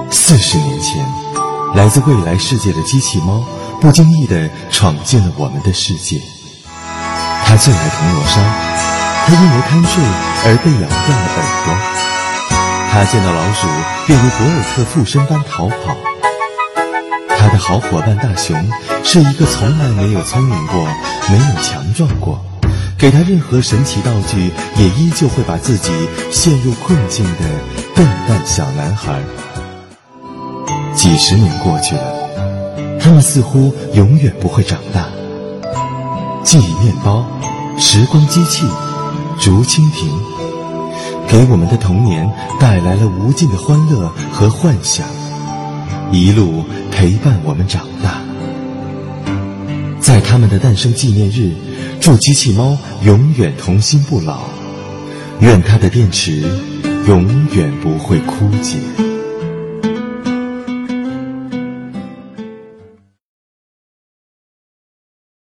40年前，来自未来世界的机器猫不经意地闯进了我们的世界。它最爱铜锣烧，它因为贪睡而被咬掉了耳朵。它见到老鼠便如博尔特附身般逃跑。他的好伙伴大熊是一个从来没有聪明过，没有强壮过，给他任何神奇道具也依旧会把自己陷入困境的笨蛋小男孩。几十年过去了，他们似乎永远不会长大。记忆面包、时光机器、竹蜻蜓，给我们的童年带来了无尽的欢乐和幻想，一路陪伴我们长大。在他们的诞生纪念日，祝机器猫永远童心不老，愿它的电池永远不会枯竭。